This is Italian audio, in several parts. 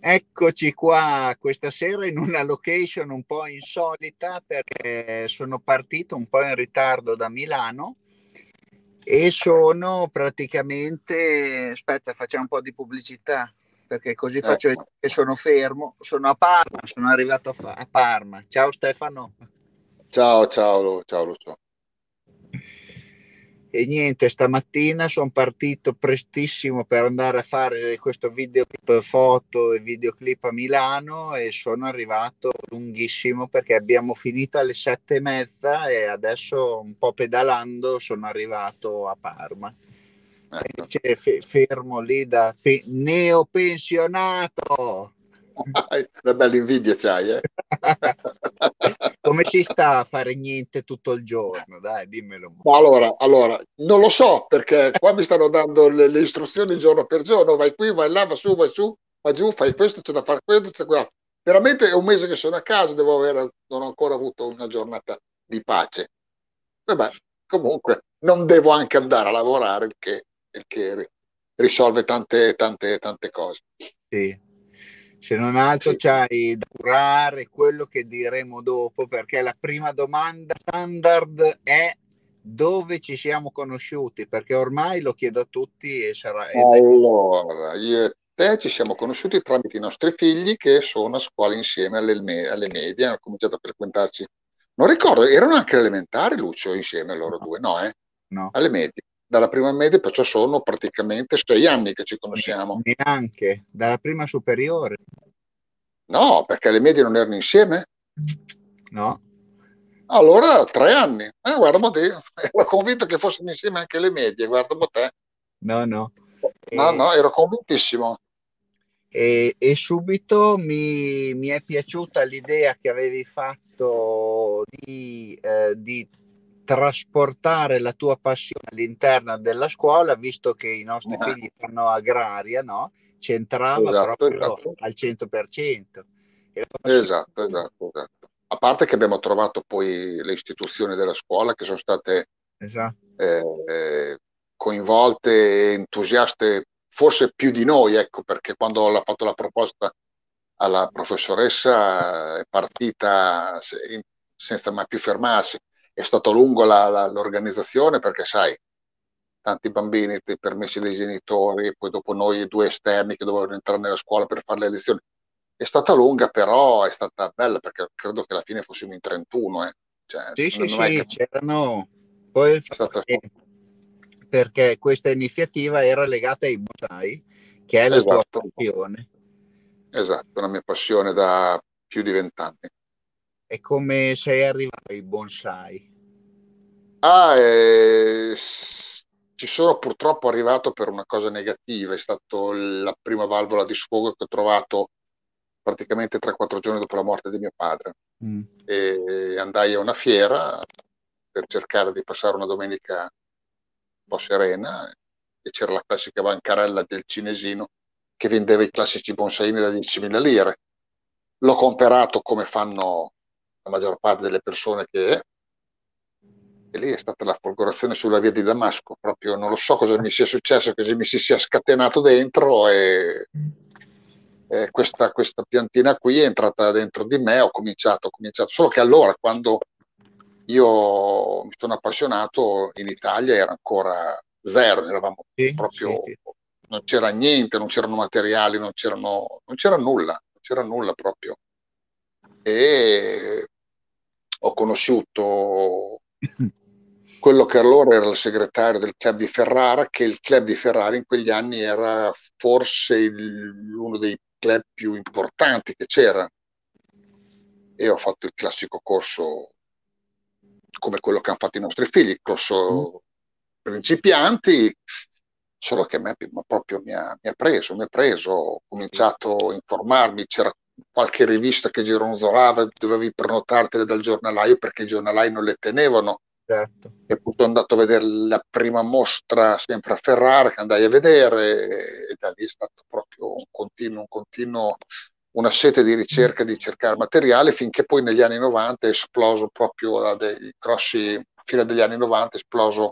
Eccoci qua questa sera in una location un po' insolita perché sono partito un po' in ritardo da Milano e sono praticamente, aspetta, facciamo un po' di pubblicità perché così faccio vedere Ecco. che sono fermo, sono a Parma, sono arrivato a Parma. Ciao Stefano. Ciao, ciao, ciao Lucio. E niente, stamattina sono partito prestissimo per andare a fare questo videoclip, foto e videoclip a Milano e sono arrivato lunghissimo perché abbiamo finito alle 7:30 e adesso un po' pedalando sono arrivato a Parma. E Ecco. invece fermo lì da neopensionato. Una bella invidia c'hai, eh? Come si sta a fare niente tutto il giorno? Dai, dimmelo un po'. Ma allora, non lo so perché qua mi stanno dando le istruzioni giorno per giorno, vai qui, vai là, vai su, vai giù, fai questo, c'è da fare questo, c'è quello. Veramente è un mese che sono a casa, non ho ancora avuto una giornata di pace. Vabbè, comunque non devo anche andare a lavorare, il che risolve tante cose. Sì. Se non altro Sì. c'hai da curare quello che diremo dopo, perché la prima domanda standard è dove ci siamo conosciuti, perché ormai lo chiedo a tutti e sarà, ed è Allora, io e te ci siamo conosciuti tramite i nostri figli che sono a scuola insieme alle medie, hanno cominciato a frequentarci. Non ricordo, erano anche elementari, Lucio, insieme loro no, due, no? no, Alle medie. Dalla prima media, perciò sono praticamente 6 anni che ci conosciamo. neanche dalla prima superiore, No, perché alle medie non erano insieme? no, Allora, 3 anni. Guarda mo te, ero convinto che fossero insieme anche alle medie, guarda mo te. no, no. No, E, no, ero convintissimo. e subito mi è piaciuta l'idea che avevi fatto di trasportare la tua passione all'interno della scuola, visto che i nostri Eh, figli fanno agraria, no? C'entrava esatto, proprio esatto. al 100%. E la passione, Esatto, esatto, esatto. A parte che abbiamo trovato poi le istituzioni della scuola che sono state esatto, eh, coinvolte e entusiaste, forse più di noi, ecco, perché quando ho fatto la proposta alla professoressa è partita senza mai più fermarsi. È stato lungo l'organizzazione perché, sai, tanti bambini, i permessi dei genitori, e poi dopo noi due esterni che dovevano entrare nella scuola per fare le lezioni. È stata lunga, però è stata bella perché credo che alla fine fossimo in 31, eh. Cioè, sì, sì, non è mai sì, c'erano poi il è fatto stata perché questa iniziativa era legata ai bonsai, che è la tua esatto, passione. esatto, la mia passione da più di 20 anni. E come sei arrivato ai bonsai? Ah, ci sono purtroppo arrivato per una cosa negativa, è stata la prima valvola di sfogo che ho trovato praticamente 3-4 giorni dopo la morte di mio padre. Mm. E andai a una fiera per cercare di passare una domenica un po' serena e c'era la classica bancarella del cinesino che vendeva i classici bonsaini da 10.000 lire. L'ho comperato come fanno la maggior parte delle persone e lì è stata la folgorazione sulla via di Damasco. Proprio non lo so cosa mi sia successo, che mi si sia scatenato dentro e questa piantina qui è entrata dentro di me, ho cominciato. Solo che allora, quando io mi sono appassionato, in Italia era ancora zero, eravamo Sì, sì, proprio, sì. non c'era niente, non c'erano materiali, non c'era nulla proprio. E ho conosciuto quello che allora era il segretario del club di Ferrara, che il club di Ferrara in quegli anni era forse uno dei club più importanti che c'era. E ho fatto il classico corso come quello che hanno fatto i nostri figli, il Mm. corso principianti, solo che a me proprio mi ha preso, ho Sì, cominciato a informarmi, c'era qualche rivista che gironzolava, dovevi prenotartele dal giornalaio perché i giornalai non le tenevano. certo. E poi sono andato a vedere la prima mostra sempre a Ferrara che andai a vedere e da lì è stato proprio un continuo, una sete di ricerca, di cercare materiale finché poi negli anni 90 è esploso proprio da dei grossi, a fine degli anni 90 è esploso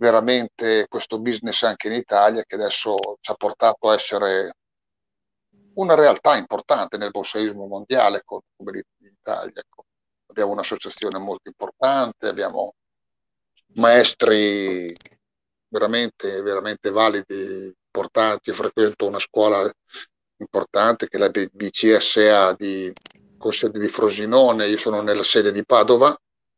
veramente questo business anche in Italia che adesso ci ha portato a essere una realtà importante nel bonsaiismo mondiale come l'Italia. Ecco. Abbiamo un'associazione molto importante, abbiamo maestri veramente, veramente validi, importanti. Io frequento una scuola importante che è la BCSA con sede di Frosinone, io sono nella sede di Padova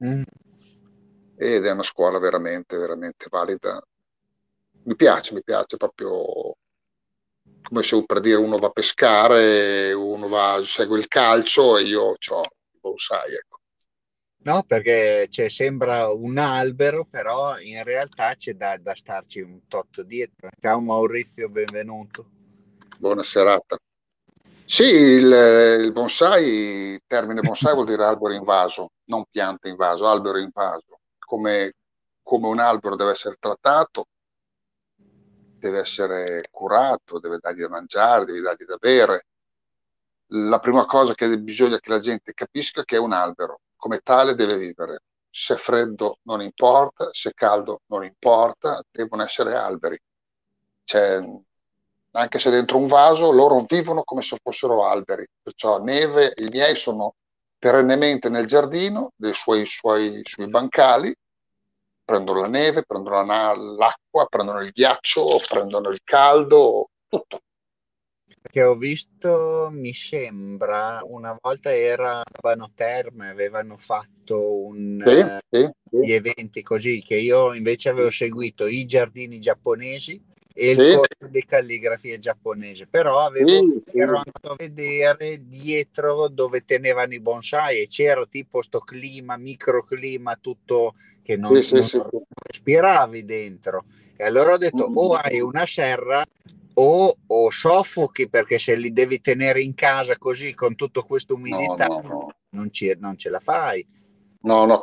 ed è una scuola veramente, veramente valida. Mi piace proprio come se per dire uno va a pescare, uno segue il calcio e io ho il bonsai, ecco. No, perché sembra un albero, però in realtà c'è da starci un tot dietro. Ciao Maurizio, benvenuto. Buona serata. Sì, il bonsai, il termine bonsai vuol dire albero invaso, non pianta invaso, albero invaso. Come un albero deve essere trattato, deve essere curato, deve dargli da mangiare, devi dargli da bere. La prima cosa che bisogna che la gente capisca è che è un albero, come tale deve vivere. Se è freddo non importa, se è caldo non importa, devono essere alberi. Cioè, anche se dentro un vaso, loro vivono come se fossero alberi. Perciò neve, i miei sono perennemente nel giardino, sui bancali, prendono la neve, prendono l'acqua, prendono il ghiaccio, prendono il caldo, tutto. Che ho visto, mi sembra, una volta era a Bano Terme, avevano fatto Sì, sì, gli sì, eventi così, che io invece avevo seguito i giardini giapponesi e il sì, corso di calligrafia giapponese, però sì, ero sì, andato a vedere dietro dove tenevano i bonsai e c'era tipo sto clima, microclima, tutto che sì, sì, non sì, sì. respiravi dentro. E allora ho detto, o Mm. hai una serra o soffochi perché se li devi tenere in casa così con tutta questa No, umidità no, no. non ce la fai. No, no,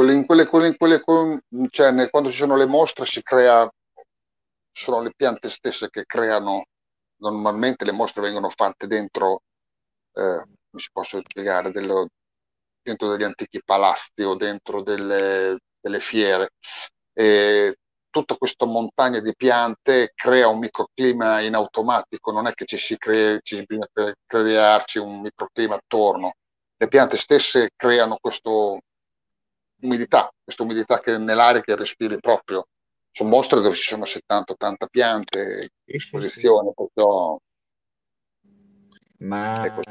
quando ci sono le mostre sono le piante stesse che creano, normalmente le mostre vengono fatte dentro, come si posso spiegare, dentro degli antichi palazzi o dentro delle fiere. E tutta questa montagna di piante crea un microclima in automatico, non è che ci bisogna crearci un microclima attorno. Le piante stesse creano questa umidità che nell'aria che respiri proprio. Sono mostre dove ci sono 70-80 piante in Sì, sì, sì. esposizione, perciò è Ma così.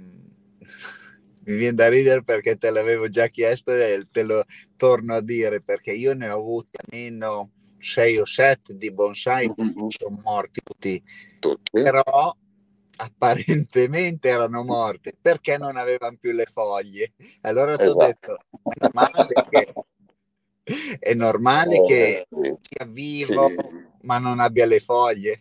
mi viene da ridere perché te l'avevo già chiesto e te lo torno a dire perché io ne ho avuti almeno 6 o 7 di bonsai che Mhm. sono morti tutti, Tutti. però apparentemente erano morti perché non avevano più le foglie. Allora ti ho Esatto. detto, normale che è normale che Sì, sia vivo sì. ma non abbia le foglie.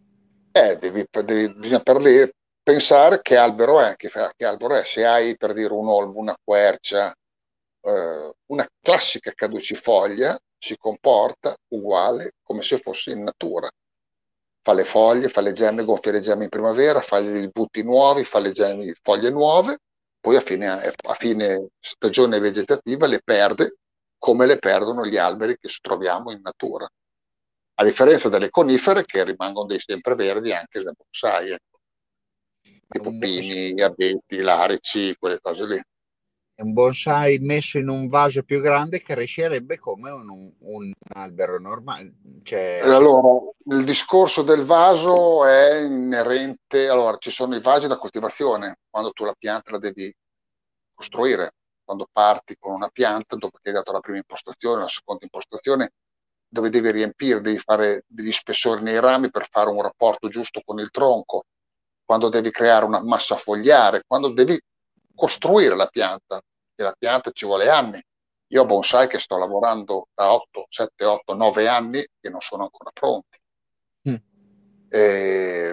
Bisogna pensare che albero è, che albero è. Se hai per dire un olmo, una quercia, una classica caducifoglia, si comporta uguale come se fosse in natura. Fa le foglie, fa le gemme, gonfia le gemme in primavera, fa i butti nuovi, fa le foglie nuove, poi a fine stagione vegetativa le perde come le perdono gli alberi che troviamo in natura. A differenza delle conifere che rimangono dei sempreverdi anche da bonsai, ecco. Tipo Un pini, abeti, larici, quelle cose lì. un bonsai messo in un vaso più grande crescerebbe come un albero normale. Allora, il discorso del vaso è inerente. Allora, ci sono i vasi da coltivazione, quando tu la pianta la devi costruire. Quando parti con una pianta, dopo che hai dato la prima impostazione, la seconda impostazione, dove devi riempire, devi fare degli spessori nei rami per fare un rapporto giusto con il tronco, quando devi creare una massa fogliare, quando devi costruire la pianta, e la pianta ci vuole anni. Io ho bonsai che sto lavorando da 8, 7, 8, 9 anni e non sono ancora pronti. Mm. E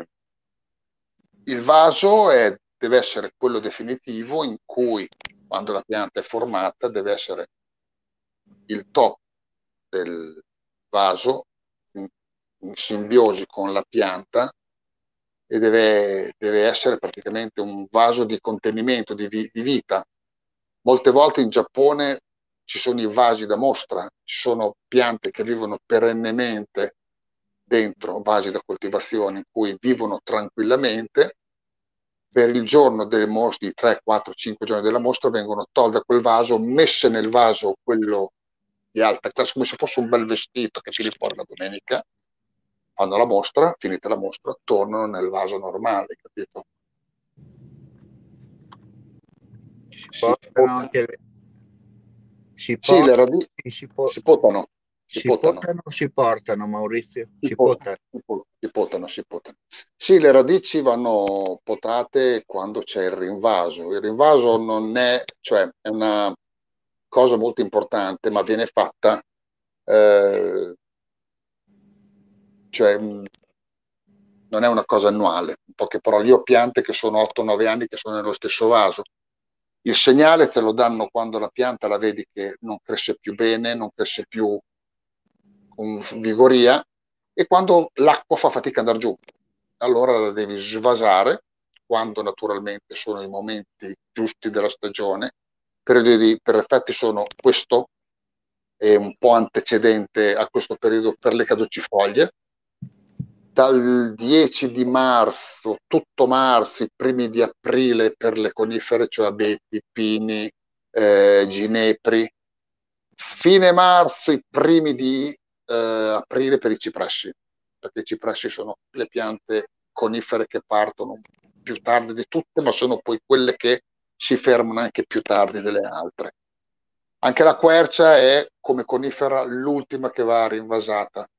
il vaso deve essere quello definitivo in cui, quando la pianta è formata, deve essere il top del vaso in, in simbiosi con la pianta e deve essere praticamente un vaso di contenimento, di vita. Molte volte in Giappone ci sono i vasi da mostra, ci sono piante che vivono perennemente dentro vasi da coltivazione in cui vivono tranquillamente per il giorno delle mostre, di 3, 4, 5 giorni della mostra, vengono tolte da quel vaso, messe nel vaso quello di alta classe, come se fosse un bel vestito che tiri fuori la domenica, fanno la mostra, finita la mostra, tornano nel vaso normale, capito? Si Si portano potano. anche si Sì, le portano, radici si, po- si potano, si si potano. potano o si portano, Maurizio? Si, Si po- potano. si potano, si potano. Sì, le radici vanno potate quando c'è il rinvaso. Il rinvaso non è, cioè, è una cosa molto importante, ma viene fatta, eh, cioè, non è una cosa annuale. In poche parole, io ho piante che sono 8-9 anni che sono nello stesso vaso. Il segnale te lo danno quando la pianta la vedi che non cresce più bene, non cresce più con vigoria, e quando l'acqua fa fatica ad andare giù. Allora la devi svasare quando naturalmente sono i momenti giusti della stagione. Periodi perfetti sono questo e un po' antecedente a questo periodo per le caducifoglie. Dal 10 di marzo, tutto marzo, i primi di aprile per le conifere, cioè abeti, pini, ginepri. Fine marzo, i primi di aprile per i cipressi, perché i cipressi sono le piante conifere che partono più tardi di tutte, ma sono poi quelle che si fermano anche più tardi delle altre. Anche la quercia è come conifera l'ultima che va rinvasata.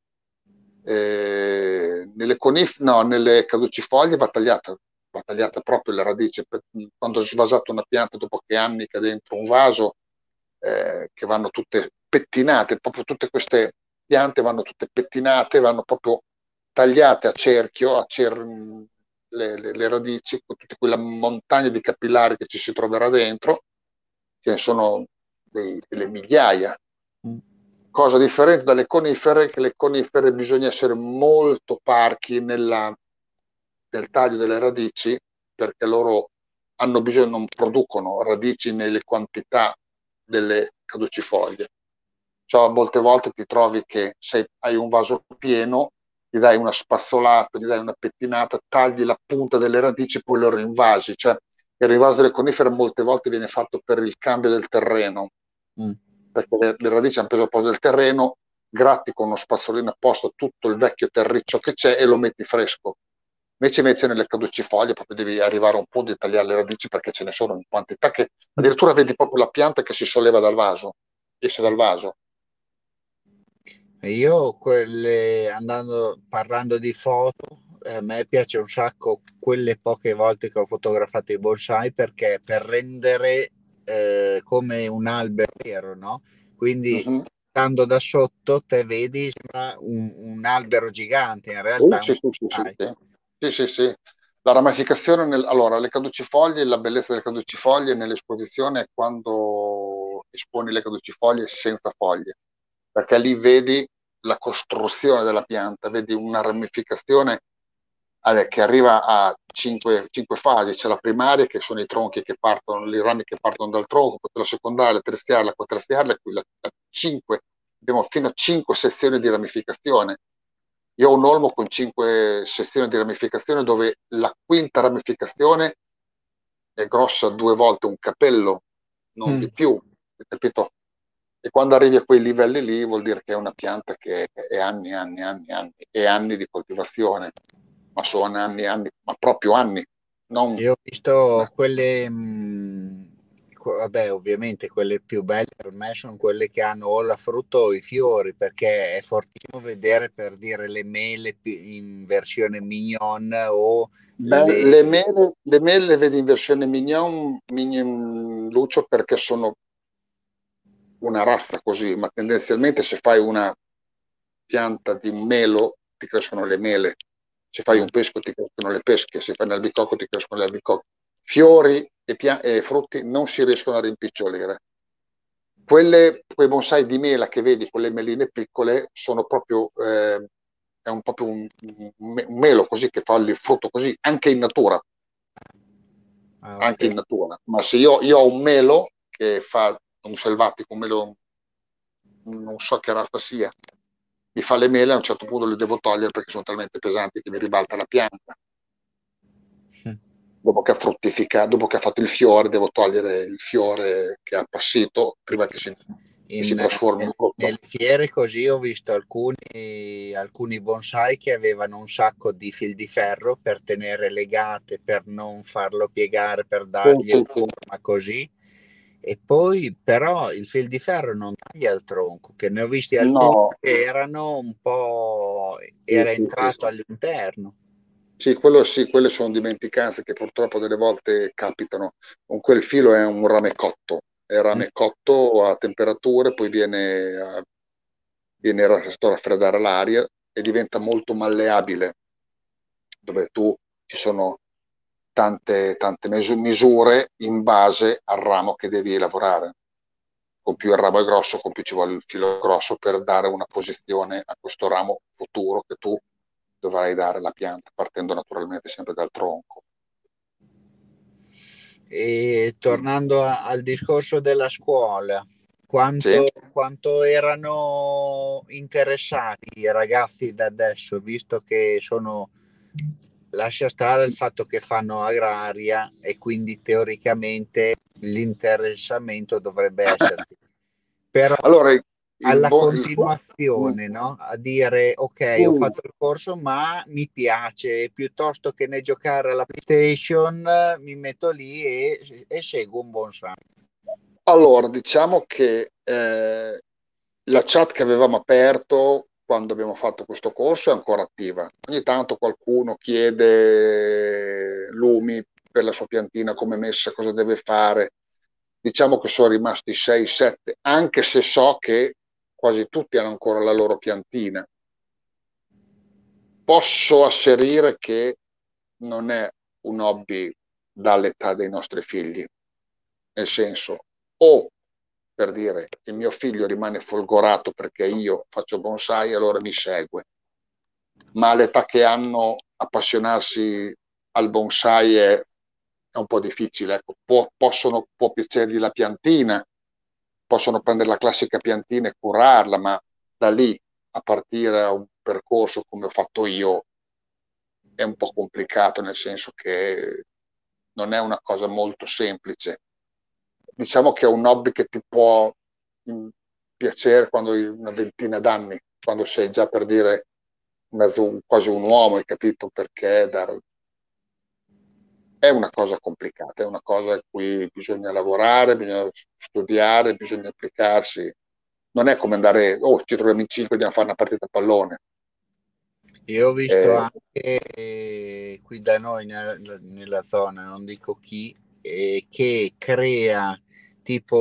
Nelle caducifoglie va tagliata proprio la radice. Quando ho svasato una pianta dopo che anni che è dentro un vaso, che vanno tutte pettinate, proprio tutte queste piante vanno tutte pettinate, vanno proprio tagliate a cerchio, le radici, con tutte quella montagna di capillari che ci si troverà dentro, ce ne sono delle migliaia. Cosa differente dalle conifere, che le conifere bisogna essere molto parchi nel taglio delle radici, perché loro hanno bisogno, non producono radici nelle quantità delle caducifoglie. Cioè, molte volte ti trovi che se hai un vaso pieno, gli dai una spazzolata, gli dai una pettinata, tagli la punta delle radici, poi lo rinvasi. Cioè, il rinvaso delle conifere molte volte viene fatto per il cambio del terreno, Mm. perché le radici hanno preso il posto del terreno, gratti con uno spazzolino apposta tutto il vecchio terriccio che c'è e lo metti fresco. Invece nelle caducifoglie proprio devi arrivare a un punto di tagliare le radici, perché ce ne sono in quantità che addirittura vedi proprio la pianta che si solleva dal vaso, esce dal vaso. Io parlando di foto, a me piace un sacco quelle poche volte che ho fotografato i bonsai, perché per rendere come un albero vero, no? Quindi Mhm. stando da sotto te vedi sembra un albero gigante, in realtà è un Sì, sì, sì, sì, bonsai. sì. Sì, sì, sì. La ramificazione, allora, le caducifoglie, la bellezza delle caducifoglie nell'esposizione è quando esponi le caducifoglie senza foglie, perché lì vedi la costruzione della pianta, vedi una ramificazione che arriva a cinque fasi. C'è la primaria, che sono i tronchi che partono, i rami che partono dal tronco, poi la secondaria, la terziaria, la quaterziaria, e qui abbiamo fino a 5 sezioni di ramificazione. Io ho un olmo con 5 sezioni di ramificazione, dove la quinta ramificazione è grossa 2 volte un capello, non di Mm. più, capito? E quando arrivi a quei livelli lì vuol dire che è una pianta che è anni, anni, anni, anni e anni di coltivazione, ma sono anni, anni, ma proprio anni, non Io ho visto una. quelle, vabbè, ovviamente quelle più belle per me sono quelle che hanno o la frutta o i fiori, perché è fortissimo vedere, per dire, le mele in versione mignon o Beh, le... le mele le vedi in versione mignon lucio, perché sono una razza così, ma tendenzialmente se fai una pianta di un melo ti crescono le mele, se fai Ah, un pesco ti crescono le pesche, se fai un albicocco ti crescono le albicocche. Fiori e frutti non si riescono a rimpicciolire. Quei bonsai di mela che vedi, quelle meline piccole, sono proprio, proprio un melo così, che fa il frutto così, ah, ok. anche in natura. Ma se io ho un melo che fa un selvatico, un melo, non so che razza sia, mi fa le mele, a un certo punto le devo togliere perché sono talmente pesanti che mi ribalta la pianta. dopo che ha fruttificato, dopo che ha fatto il fiore, devo togliere il fiore che ha appassito prima che si trasformi in frutto. Nelle fiere così ho visto alcuni bonsai che avevano un sacco di fil di ferro per tenere legate, per non farlo piegare, per Sì, dargli sì, la sì. forma così. E poi però il fil di ferro non taglia il tronco, che ne ho visti alcuni No, che erano un po', sì, era sì, sì, entrato sì. all'interno. Sì, quelle sono dimenticanze che purtroppo delle volte capitano. Con quel filo è un rame cotto, è Mm. rame cotto a temperature, poi viene fatto raffreddare l'aria e diventa molto malleabile, dove ci sono tante misure in base al ramo che devi lavorare. Con più il ramo è grosso, con più ci vuole il filo grosso per dare una posizione a questo ramo futuro che tu dovrai dare alla pianta, partendo naturalmente sempre dal tronco. E tornando al discorso della scuola, Sì? quanto erano interessati i ragazzi da adesso, visto che sono, lascia stare il fatto che fanno agraria e quindi teoricamente l'interessamento dovrebbe esserci, però Allora, alla il tuo... Mm, continuazione, no? A dire ok, ho mm. fatto il corso, ma mi piace, piuttosto che ne giocare alla PlayStation, mi metto lì e seguo un bonsai. Allora, diciamo che la chat che avevamo aperto quando abbiamo fatto questo corso è ancora attiva. Ogni tanto qualcuno chiede lumi per la sua piantina, come è messa, cosa deve fare. Diciamo che sono rimasti 6-7, anche se so che quasi tutti hanno ancora la loro piantina. Posso asserire che non è un hobby dall'età dei nostri figli, nel senso, o per dire il mio figlio rimane folgorato perché io faccio bonsai, allora mi segue, ma all'età che hanno appassionarsi al bonsai è un po' difficile. Ecco. Può piacergli la piantina, possono prendere la classica piantina e curarla, ma da lì a partire a un percorso come ho fatto io è un po' complicato, nel senso che non è una cosa molto semplice. Diciamo che è un hobby che ti può mm, piacere quando hai una ventina d'anni, quando sei già per dire quasi un uomo, hai capito perché è una cosa complicata, è una cosa a cui bisogna lavorare, bisogna studiare, bisogna applicarsi. Non è come andare, oh, ci troviamo in cinque, andiamo a fare una partita a pallone. Io ho visto Eh, anche qui da noi nella zona, non dico chi, che crea tipo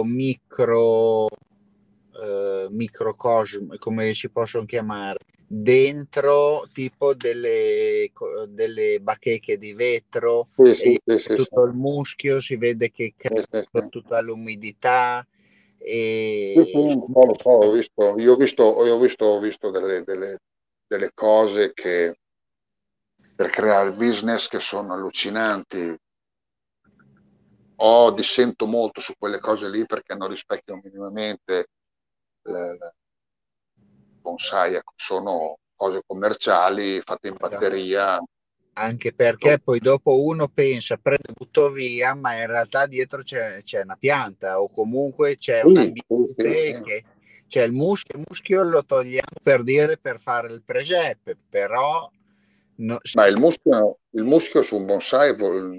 microcosmi, come si possono chiamare, dentro tipo delle bacheche di vetro sì, e sì, gli sì, è sì, sì, tutto il muschio, si vede che sì, sì, crea sì. tutta l'umidità Sì, sì, e lo so, ho visto, ho visto delle cose che per creare business che sono allucinanti. Dissento molto su quelle cose lì perché non rispecchiano minimamente il bonsai, ecco, sono cose commerciali fatte in batteria. anche perché poi dopo uno pensa, prende e butto via, ma in realtà dietro c'è una pianta o comunque c'è un Sì, sì, sì, ambiente sì. che c'è il muschio lo togliamo per dire per fare il presepe, però Ma il muschio su un bonsai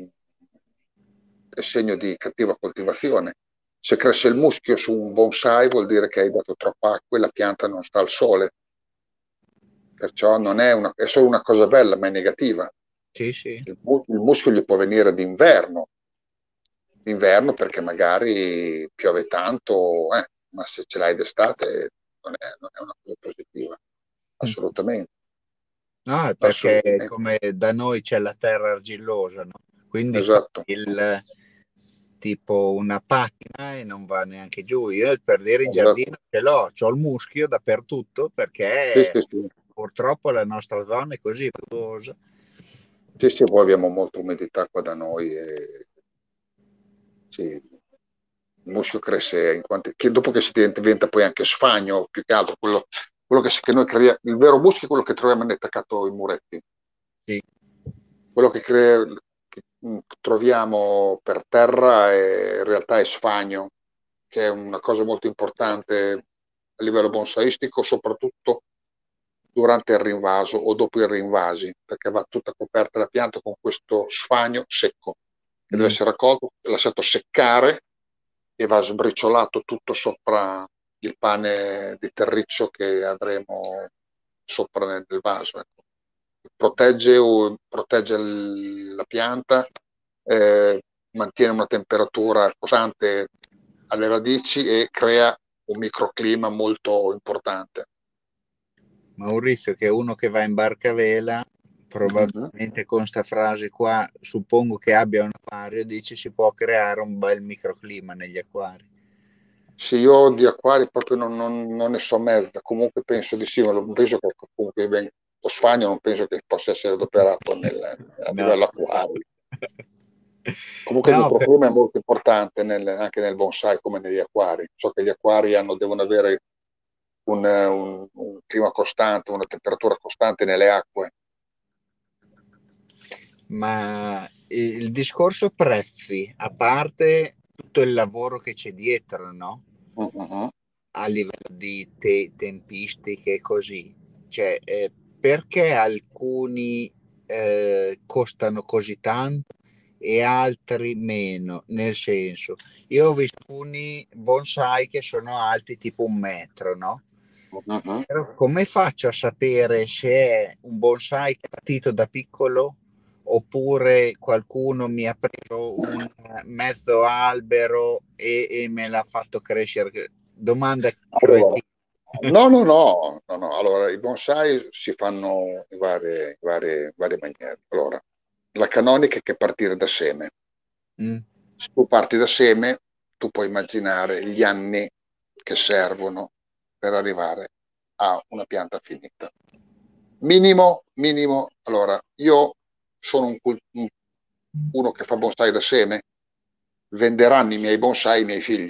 è segno di cattiva coltivazione. Se cresce il muschio su un bonsai vuol dire che hai dato troppa acqua e la pianta non sta al sole, perciò non è è solo una cosa bella, ma è negativa. sì, sì. Il muschio gli può venire d'inverno perché magari piove tanto, ma se ce l'hai d'estate non è una cosa positiva, assolutamente, No, è perché assolutamente, come da noi c'è la terra argillosa, no? Quindi fa esatto, il tipo una patina e non va neanche giù. Io per dire in esatto. giardino ce l'ho, c'ho il muschio dappertutto Sì, perché sì, sì. purtroppo la nostra zona è così ruosa. Sì, sì, poi abbiamo molta umidità qua da noi e sì, il muschio cresce che dopo che diventa poi anche sfagno, più che altro, quello che noi creiamo, il vero muschio è quello che troviamo attaccato ai muretti, Sì. quello che troviamo per terra in realtà è sfagno, che è una cosa molto importante a livello bonsaistico, soprattutto durante il rinvaso o dopo i rinvasi, perché va tutta coperta la pianta con questo sfagno secco, che deve essere raccolto, lasciato seccare e va sbriciolato tutto sopra il pane di terriccio che avremo sopra nel vaso. Ecco. Protegge la pianta, mantiene una temperatura costante alle radici e crea un microclima molto importante. Maurizio, che è uno che va in barca a vela, probabilmente con questa frase qua, suppongo che abbia un acquario, dice si può creare un bel microclima negli acquari. Sì, io di acquari proprio non ne so mezza, comunque penso di sì, ma non penso che comunque lo sfagno non penso che possa essere adoperato a No. livello acquario. Comunque il No, microclima è molto importante anche nel bonsai come negli acquari. So che gli acquari devono avere un clima costante, una temperatura costante nelle acque. ma il discorso prezzi, a parte tutto il lavoro che c'è dietro, no? Mm-hmm. A livello di tempistiche e così, cioè, perché alcuni costano così tanto e altri meno? Nel senso, io ho visto alcuni bonsai che sono alti tipo 1 metro, no? Mm-hmm. Però come faccio a sapere se è un bonsai che è partito da piccolo oppure qualcuno mi ha preso un mezzo albero e me l'ha fatto crescere? Domanda Allora, cretina. no. Allora, i bonsai si fanno in varie maniere. Allora, la canonica è che partire da seme. Mm. Se tu parti da seme, tu puoi immaginare gli anni che servono per arrivare a una pianta finita. Minimo. Allora, io sono uno che fa bonsai da seme, venderanno i miei bonsai ai miei figli.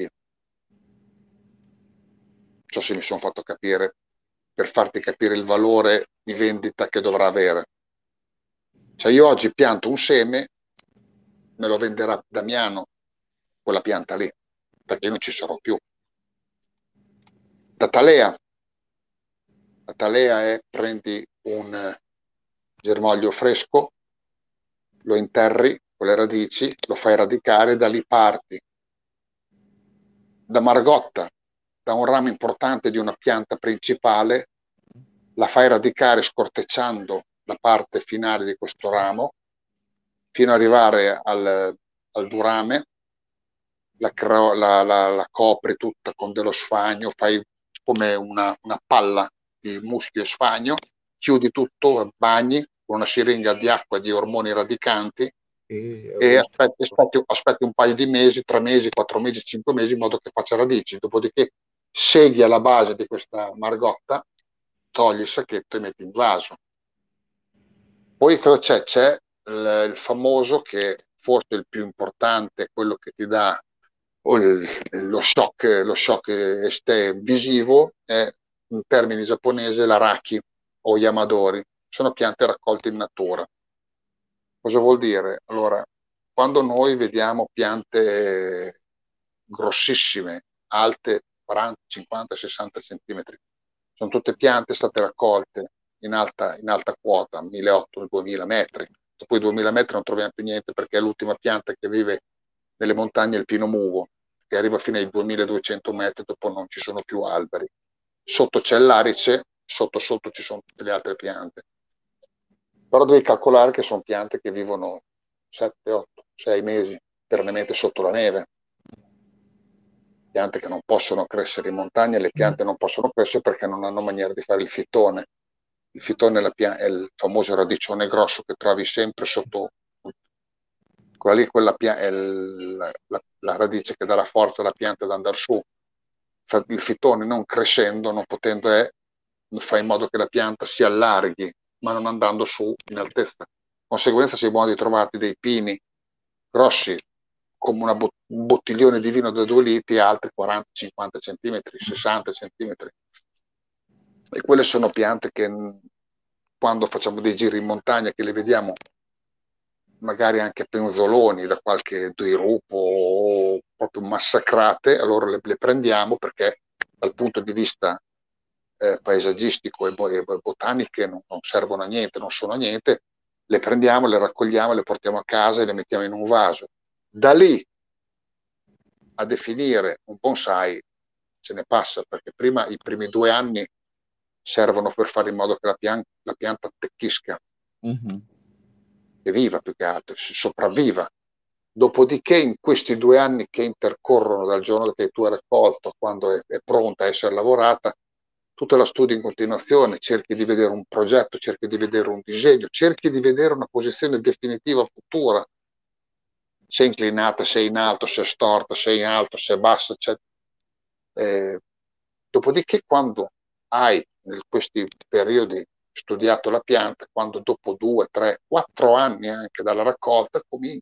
Non so se mi sono fatto capire, per farti capire il valore di vendita che dovrà avere. Cioè io oggi pianto un seme, me lo venderà Damiano, quella pianta lì, perché io non ci sarò più. Da Talea. La talea è prendi un germoglio fresco, lo interri con le radici, lo fai radicare, da lì parti. Da Margotta, da un ramo importante di una pianta principale, la fai radicare scortecciando la parte finale di questo ramo fino ad arrivare al durame, la copri tutta con dello sfagno, fai come una palla di muschio e sfagno, chiudi tutto, bagni con una siringa di acqua e di ormoni radicanti Sì, ho e visto. aspetti un paio di mesi, 3 mesi, 4 mesi, 5 mesi in modo che faccia radici. Dopodiché segui alla base di questa margotta, togli il sacchetto e metti in vaso. Poi cosa c'è? C'è il famoso che forse è il più importante, quello che ti dà lo shock visivo, è in termini giapponesi l'araki o yamadori. Sono piante raccolte in natura. Cosa vuol dire? Allora, quando noi vediamo piante grossissime, alte 40, 50, 60 centimetri, sono tutte piante state raccolte in alta quota, 1800-2000 metri. Dopo i 2000 metri non troviamo più niente perché è l'ultima pianta che vive nelle montagne, il pino muvo, che arriva fino ai 2200 metri, dopo non ci sono più alberi. Sotto c'è l'arice, sotto ci sono tutte le altre piante. Però devi calcolare che sono piante che vivono 7, 8, 6 mesi perennemente sotto la neve. Piante che non possono crescere in montagna, le piante non possono crescere perché non hanno maniera di fare il fitone. Il fitone è il famoso radiccione grosso che trovi sempre sotto. Quella è la radice che dà la forza alla pianta ad andare su. Il fitone non crescendo, non potendo, fa in modo che la pianta si allarghi, ma non andando su in altezza. Di conseguenza sei buono di trovarti dei pini grossi come un bottiglione di vino da 2 litri, altri 40-50 centimetri, 60 centimetri. E quelle sono piante che quando facciamo dei giri in montagna, che le vediamo magari anche penzoloni da qualche dirupo o proprio massacrate, allora le prendiamo perché dal punto di vista paesaggistico e botaniche non servono a niente, non sono a niente, le prendiamo, le raccogliamo, le portiamo a casa e le mettiamo in un vaso. Da lì a definire un bonsai ce ne passa, perché prima i primi 2 anni servono per fare in modo che la pianta attecchisca, Mhm. che viva più che altro, sopravviva. Dopodiché, in questi 2 anni che intercorrono dal giorno che tu hai raccolto a quando è pronta a essere lavorata, tu te la studi in continuazione, cerchi di vedere un progetto, cerchi di vedere un disegno, cerchi di vedere una posizione definitiva futura, se è inclinata, se è in alto, se è storta, se è in alto, se è bassa. Eh, Dopodiché, quando hai in questi periodi studiato la pianta, quando dopo 2, 3, 4 anni anche dalla raccolta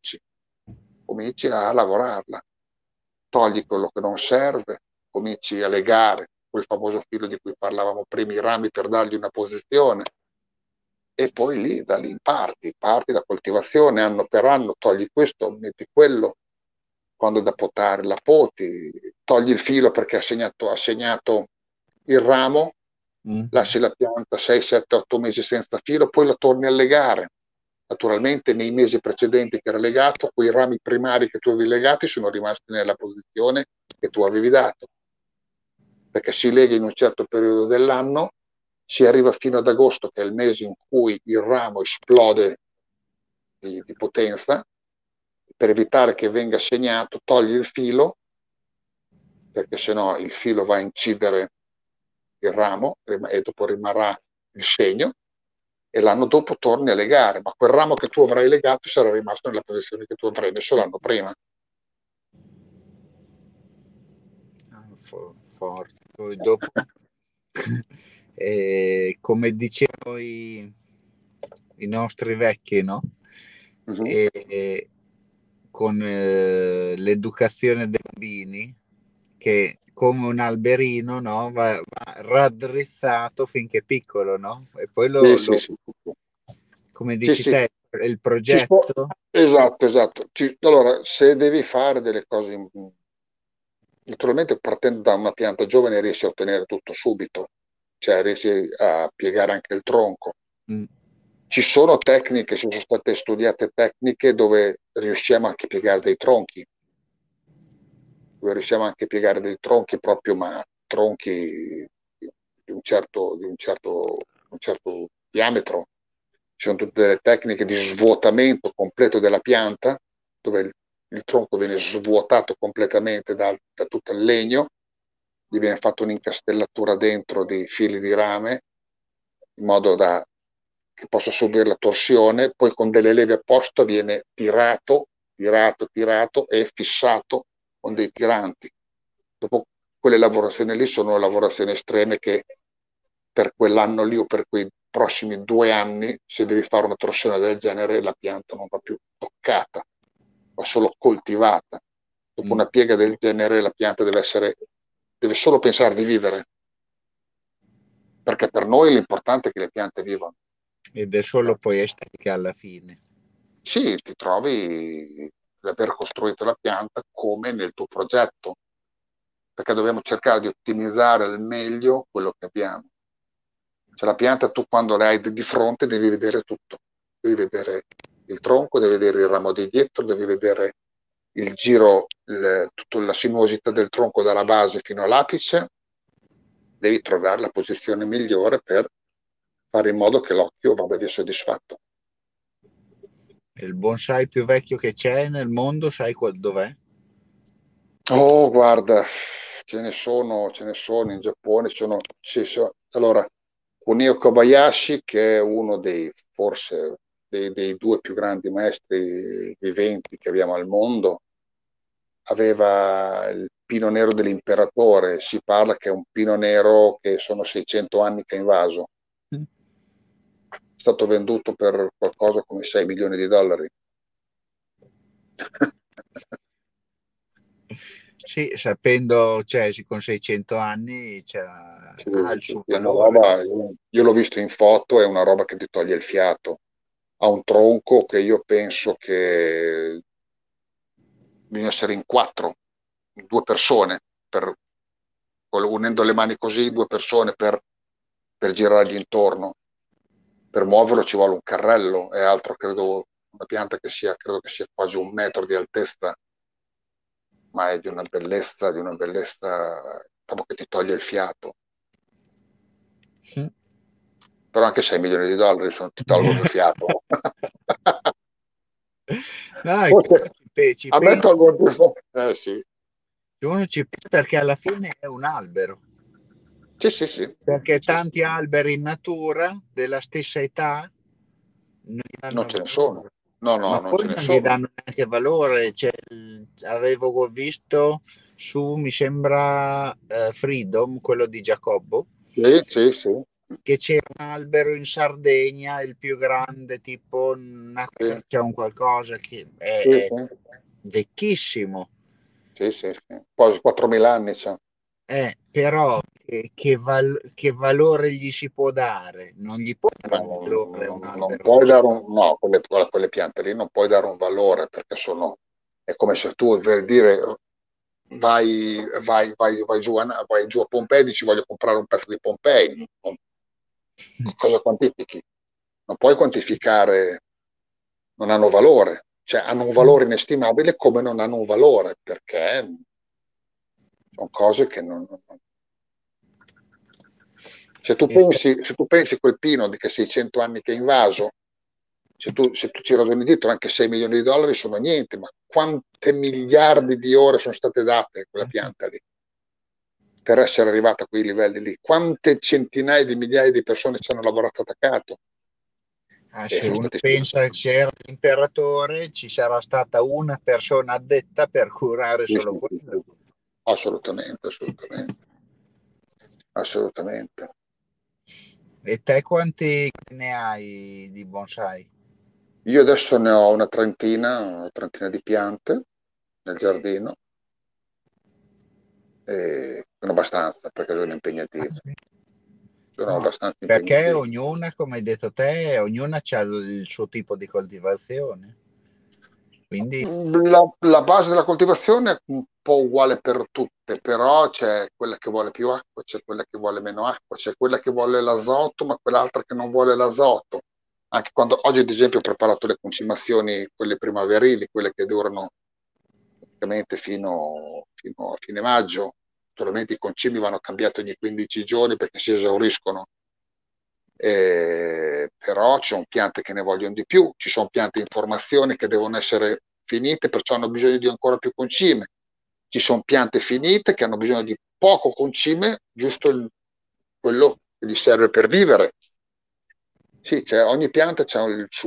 cominci a lavorarla, togli quello che non serve, cominci a legare quel famoso filo di cui parlavamo prima, i rami per dargli una posizione e poi lì, da lì parti la coltivazione anno per anno, togli questo, metti quello, quando è da potare la poti, togli il filo perché ha segnato il ramo, Mhm. lasci la pianta 6, 7, 8 mesi senza filo, poi la torni a legare. Naturalmente nei mesi precedenti che era legato, quei rami primari che tu avevi legati sono rimasti nella posizione che tu avevi dato, perché si lega in un certo periodo dell'anno, si arriva fino ad agosto, che è il mese in cui il ramo esplode di potenza, per evitare che venga segnato, togli il filo, perché sennò il filo va a incidere il ramo e dopo rimarrà il segno, e l'anno dopo torni a legare, ma quel ramo che tu avrai legato sarà rimasto nella posizione che tu avrai messo l'anno prima. Forte. Poi dopo, come dicevano i nostri vecchi, no? Uh-huh. E con l'educazione dei bambini, che come un alberino, no? Va raddrizzato finché è piccolo, no? E poi Sì, sì, sì, sì. come Sì, dici sì. te, il Ci si può... progetto. Esatto, esatto. Allora, se devi fare delle cose, naturalmente partendo da una pianta giovane riesci a ottenere tutto subito, cioè riesci a piegare anche il tronco. Mm, Ci sono tecniche, ci sono state studiate tecniche dove riusciamo anche a piegare dei tronchi, dove riusciamo anche a piegare dei tronchi proprio, ma tronchi di un certo diametro. Ci sono tutte delle tecniche di svuotamento completo della pianta, dove il tronco viene svuotato completamente da tutto il legno, gli viene fatta un'incastellatura dentro di fili di rame, in modo da che possa subire la torsione, poi con delle leve apposta viene tirato, tirato, tirato e fissato con dei tiranti. Dopo quelle lavorazioni lì sono lavorazioni estreme che per quell'anno lì o per quei prossimi 2 anni, se devi fare una torsione del genere, la pianta non va più toccata, va solo coltivata. Dopo mm. una piega del genere la pianta deve solo pensare di vivere, perché per noi l'importante è che le piante vivano. Ed è solo poi estetica alla fine. Sì, ti trovi di aver costruito la pianta come nel tuo progetto, perché dobbiamo cercare di ottimizzare al meglio quello che abbiamo. Cioè la pianta tu quando l'hai di fronte devi vedere tutto, devi vedere il tronco, devi vedere il ramo di dietro, devi vedere il giro, tutta la sinuosità del tronco dalla base fino all'apice, devi trovare la posizione migliore per fare in modo che l'occhio vada via soddisfatto. Il bonsai più vecchio che c'è nel mondo, sai dov'è? Oh, guarda, ce ne sono in Giappone, allora, Kunio Kobayashi, che è uno forse, dei due più grandi maestri viventi che abbiamo al mondo, aveva il pino nero dell'imperatore, si parla che è un pino nero che sono 600 anni che è invaso, è stato venduto per qualcosa come 6 milioni di dollari. Sì, sapendo, cioè, con 600 anni Sì, ha il sì, suo sì, è una valore. roba, io l'ho visto in foto, è una roba che ti toglie il fiato. ha un tronco che io penso che bisogna essere in quattro, in due persone, unendo le mani così, due persone per girargli intorno. Per muoverlo ci vuole un carrello e altro, credo, una pianta credo che sia quasi 1 metro di altezza, ma è di una bellezza, proprio che ti toglie il fiato. Mm. Però anche 6 milioni di dollari ti tolgono il fiato. No, è che Forse ci a me pensa, tolgono il fiato. Sì, uno ci pensa perché alla fine è un albero, sì, sì, sì, perché sì, sì. tanti alberi in natura della stessa età non gli Non danno ce ne sono. valore, No, no, ma non ce poi ne non gli sono. danno neanche valore. Avevo visto su, mi sembra, Freedom, quello di Giacobbo, Sì, sì, sì, che c'era un albero in Sardegna, il più grande, tipo una sì, quercia, un qualcosa che sì, è sì, vecchissimo. sì, sì, sì. Quasi 4.000 anni c'ha. Però che valore gli si può dare? Non gli può dare Ma un valore a un non albero puoi così. dare no, quelle piante lì non puoi dare un valore perché è come se tu per dire vai giù a Pompei e dici voglio comprare un pezzo di Pompei. Cosa quantifichi? Non puoi quantificare, non hanno valore, cioè hanno un valore inestimabile come non hanno un valore perché sono cose che E- se tu pensi quel pino di che 600 anni che è invaso, se tu ci ragioni dietro, anche 6 milioni di dollari sono niente, ma quante miliardi di ore sono state date a quella pianta lì per essere arrivata a quei livelli lì? Quante centinaia di migliaia di persone ci hanno lavorato attaccato e Se sono uno stati pensa che c'era l'imperatore, ci sarà stata una persona addetta per curare sì, solo sì, sì, quello. sì. Assolutamente, assolutamente, assolutamente. E te quanti ne hai di bonsai? Io adesso ne ho una trentina di piante nel giardino e sono abbastanza perché sono Ah, impegnativo. sì. Sono No, abbastanza perché impegnativo. ognuna, come hai detto te, ognuna ha il suo tipo di coltivazione. Quindi, La base della coltivazione è un po' uguale per tutte, però c'è quella che vuole più acqua, c'è quella che vuole meno acqua, c'è quella che vuole l'azoto, ma quell'altra che non vuole l'azoto. Anche quando oggi, ad esempio, ho preparato le concimazioni, quelle primaverili, quelle che durano praticamente fino a fine maggio. Naturalmente i concimi vanno cambiati ogni 15 giorni perché si esauriscono. Però ci sono piante che ne vogliono di più, ci sono piante in formazione che devono essere finite, perciò hanno bisogno di ancora più concime. Ci sono piante finite che hanno bisogno di poco concime, giusto quello che gli serve per vivere. Sì, ogni pianta ha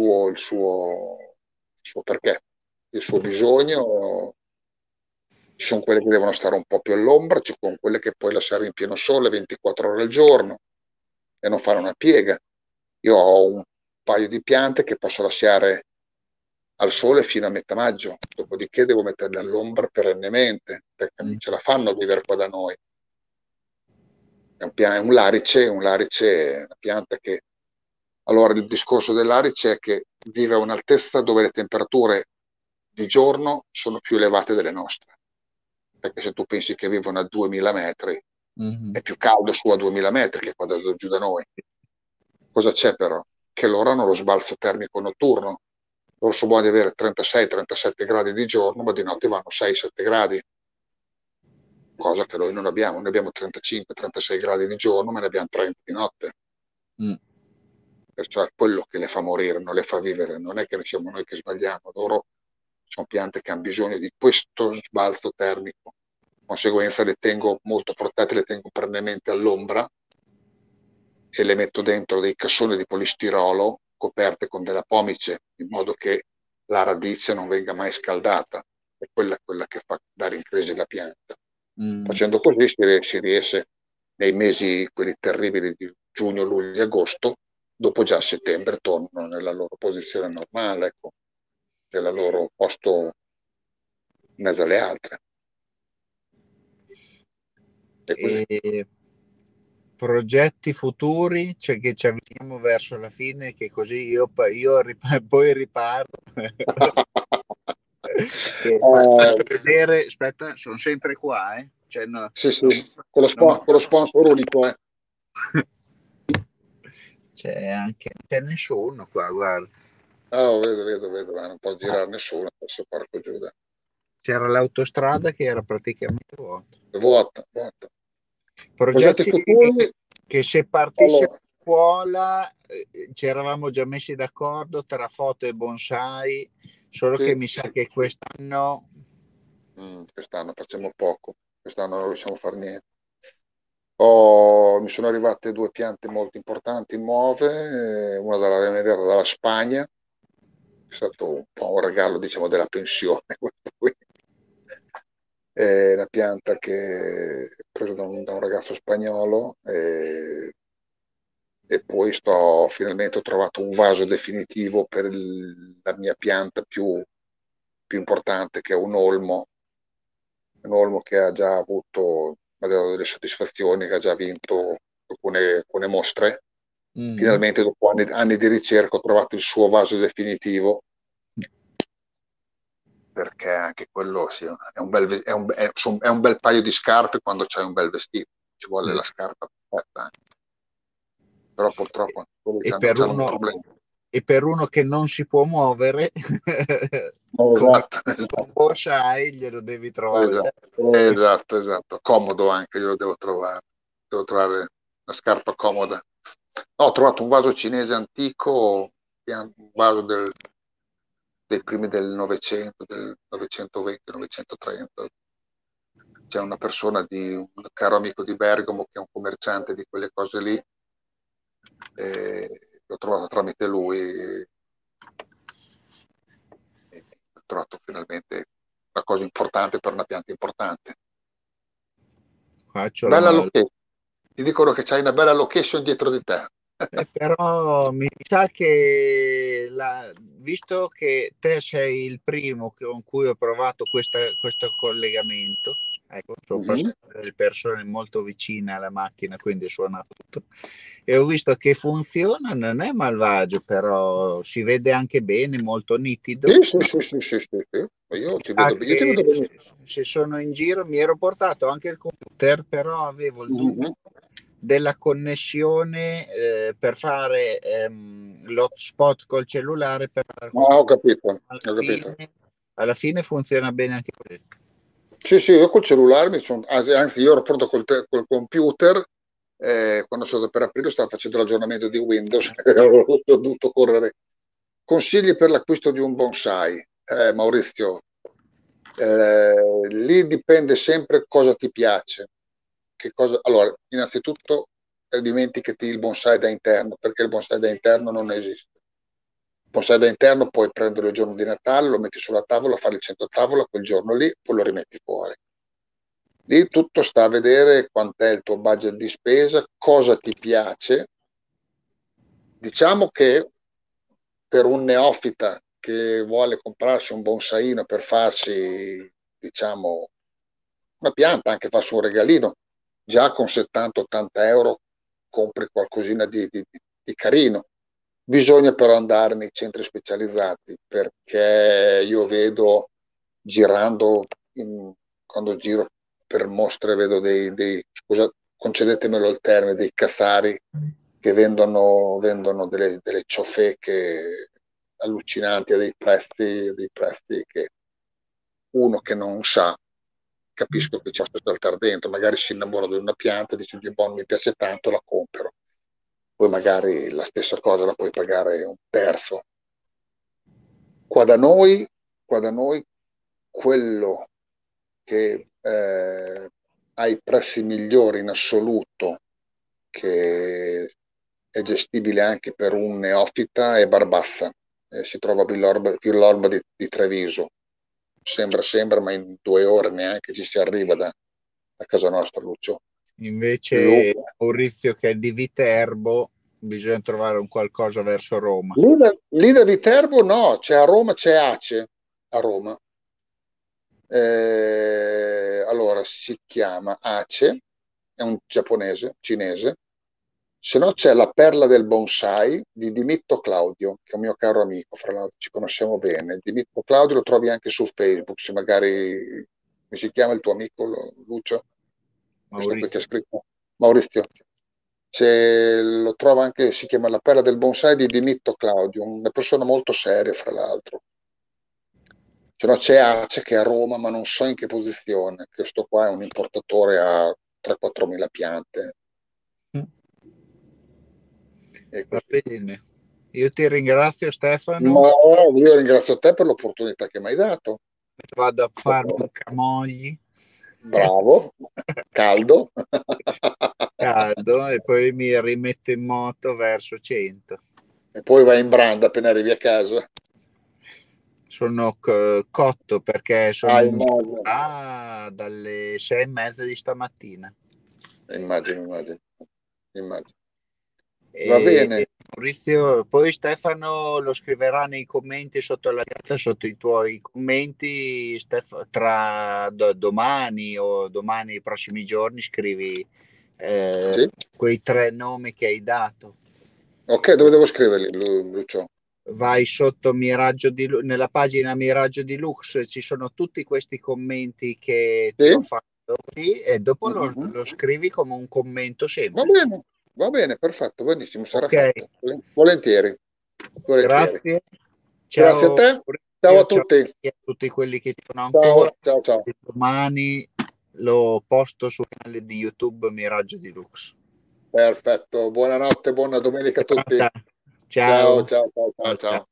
il suo perché, il suo bisogno. Ci sono quelle che devono stare un po' più all'ombra, ci sono quelle che puoi lasciare in pieno sole 24 ore al giorno e non fare una piega. Io ho un paio di piante che posso lasciare al sole fino a metà maggio, dopodiché devo metterle all'ombra perennemente, perché non mm, ce la fanno a vivere qua da noi. È un larice è una pianta che... Allora, il discorso dell'arice è che vive a un'altezza dove le temperature di giorno sono più elevate delle nostre, perché se tu pensi che vivono a 2000 metri, mhm. è più caldo su a 2000 metri che qua giù da noi. Cosa c'è però? Che loro hanno lo sbalzo termico notturno. Loro sono buoni di avere 36-37 gradi di giorno, ma di notte vanno 6-7 gradi, cosa che noi non abbiamo. Noi abbiamo 35-36 gradi di giorno, ma ne abbiamo 30 di notte. Mm. Perciò è quello che le fa morire, non le fa vivere. Non è che siamo noi che sbagliamo. Loro sono piante che hanno bisogno di questo sbalzo termico. Di conseguenza le tengo molto protette, le tengo perennemente all'ombra e le metto dentro dei cassoni di polistirolo coperte con della pomice, in modo che la radice non venga mai scaldata. È quella che fa dare in crisi la pianta. Mm. Facendo così si riesce nei mesi, quelli terribili di giugno, luglio e agosto, dopo già a settembre tornano nella loro posizione normale, ecco, nel loro posto in mezzo alle altre. E così. E progetti futuri, cioè che ci avviciniamo verso la fine, che così poi riparto. Che faccio vedere, aspetta, sono sempre qua, eh? Cioè, sì, sì, non- non- con lo sponsor unico, eh. c'è nessuno qua, guarda. Oh, vedo, ma non può girare nessuno, adesso porco Giuda. C'era l'autostrada che era praticamente vuota. Vuota, vuota. Progetti Progetti futuri, che se partisse allora, a scuola ci eravamo già messi d'accordo tra foto e bonsai, solo che sì, mi sa che quest'anno quest'anno facciamo poco, quest'anno non riusciamo a fare niente. Mi sono arrivate due piante molto importanti nuove, una è arrivata dalla Spagna, è stato un po' un regalo, diciamo, della pensione, questo qui. È una pianta che ho preso da un ragazzo spagnolo e poi finalmente ho trovato un vaso definitivo per la mia pianta più importante, che è un olmo che ha già avuto, ha dato delle soddisfazioni, che ha già vinto alcune mostre. mm, Finalmente, dopo anni di ricerca, ho trovato il suo vaso definitivo, perché anche quello sì, è un bel, è un bel paio di scarpe quando c'hai un bel vestito. Ci vuole sì. la scarpa perfetta, però purtroppo anche quelli E per c'hanno un uno, problema. e per uno che non si può muovere, come Esatto, un esatto, borsai, glielo devi trovare te. esatto. Comodo anche, io lo devo trovare. Devo trovare una scarpa comoda. No, ho trovato un vaso cinese antico, un vaso dei primi del Novecento, del 920, 930. C'è una persona un caro amico di Bergamo che è un commerciante di quelle cose lì, l'ho trovato tramite lui e ho trovato finalmente una cosa importante per una pianta importante. Faccio Bella location. Ti dicono che c'hai una bella location dietro di te. Però mi sa che visto che te sei il primo con cui ho provato questo collegamento, ecco, sono Mhm. passate delle persone molto vicine alla macchina, quindi suona tutto, e ho visto che funziona, non è malvagio, però si vede anche bene, molto nitido. Sì, sì. Ah, Io ti vedo che bene. se sono in giro mi ero portato anche il computer, però avevo il dubbio Mhm. della connessione per fare l'hotspot col cellulare per fare Ah, qualcosa. ho capito, Alla ho capito. fine, alla fine funziona bene anche questo. Sì, sì, io col cellulare anzi, io ero pronto col computer, quando sono stato per aprire stavo facendo l'aggiornamento di Windows e ho dovuto correre. Consigli per l'acquisto di un bonsai. Maurizio, lì dipende sempre cosa ti piace. Allora, innanzitutto dimenticati il bonsai da interno, perché il bonsai da interno non esiste. Il bonsai da interno puoi prendere il giorno di Natale, lo metti sulla tavola, fare il centro tavola quel giorno lì, poi lo rimetti fuori. Lì tutto sta a vedere quant'è il tuo budget di spesa, cosa ti piace. Diciamo che per un neofita che vuole comprarsi un bonsaino per farsi, diciamo, una pianta, anche farsi un regalino, già con 70-80 euro compri qualcosina di carino. Bisogna però andare nei centri specializzati, perché io vedo girando, quando giro per mostre, vedo scusa, concedetemelo il termine, dei cazzari che vendono delle ciofeche allucinanti a dei prezzi che uno che non sa, capisco che ci possa saltare dentro, magari si innamora di una pianta, dice di buono, mi piace tanto, la compro. Poi magari la stessa cosa la puoi pagare un terzo. Qua da noi, qua da noi quello che ha i prezzi migliori in assoluto, che è gestibile anche per un neofita, è Barbassa. Si trova a Villorba di Treviso. Sembra, ma in 2 ore neanche ci si arriva da casa nostra, Lucio. Invece Lu- Maurizio che è di Viterbo, bisogna trovare un qualcosa verso Roma. Lì da Viterbo no, c'è a Roma, c'è Ace a Roma. Allora si chiama Ace, è un giapponese, cinese, Se no c'è La perla del bonsai di Dimitto Claudio, che è un mio caro amico, fra l'altro ci conosciamo bene. Dimitto Claudio lo trovi anche su Facebook, se magari, come si chiama il tuo amico, Lucio? Questo qui che ha Maurizio. scritto Maurizio. Se lo trova anche, si chiama La perla del bonsai di Dimitto Claudio, una persona molto seria, fra l'altro. Se no c'è Ace che è a Roma, ma non so in che posizione. Questo qua è un importatore a 3-4 mila piante. E Va così. bene. Io ti ringrazio Stefano, Ma io ringrazio te per l'opportunità che mi hai dato. vado a farmi un camogli Bravo, caldo. caldo e poi mi rimetto in moto verso 100. E poi vai in branda appena arrivi a casa. Sono cotto perché sono Ah, in immagino, città dalle 6:30 di stamattina. immagino, immagino, immagino. Va E bene, Maurizio, poi Stefano lo scriverà nei commenti sotto la diretta, sotto i tuoi commenti, tra domani o domani, i prossimi giorni, scrivi sì. quei tre nomi che hai dato. Ok, dove devo scriverli, Lucio? Vai sotto nella pagina Miraggio di Lux, ci sono tutti questi commenti che ti ho Sì? fatto sì, e dopo Mhm. lo scrivi come un commento semplice. Va bene, perfetto, benissimo, sarà Ok, fatto. Volentieri, volentieri. grazie. Grazie a Ciao te, ciao Maurizio, a ciao tutti. a tutti quelli che ci sono ancora. Ciao, ciao, ciao. E domani lo posto sul canale di YouTube Miraggio di Lux. Perfetto, buonanotte, buona domenica a tutti. Ciao. Ciao, Ciao. ciao, ciao, ciao, Ciao. ciao.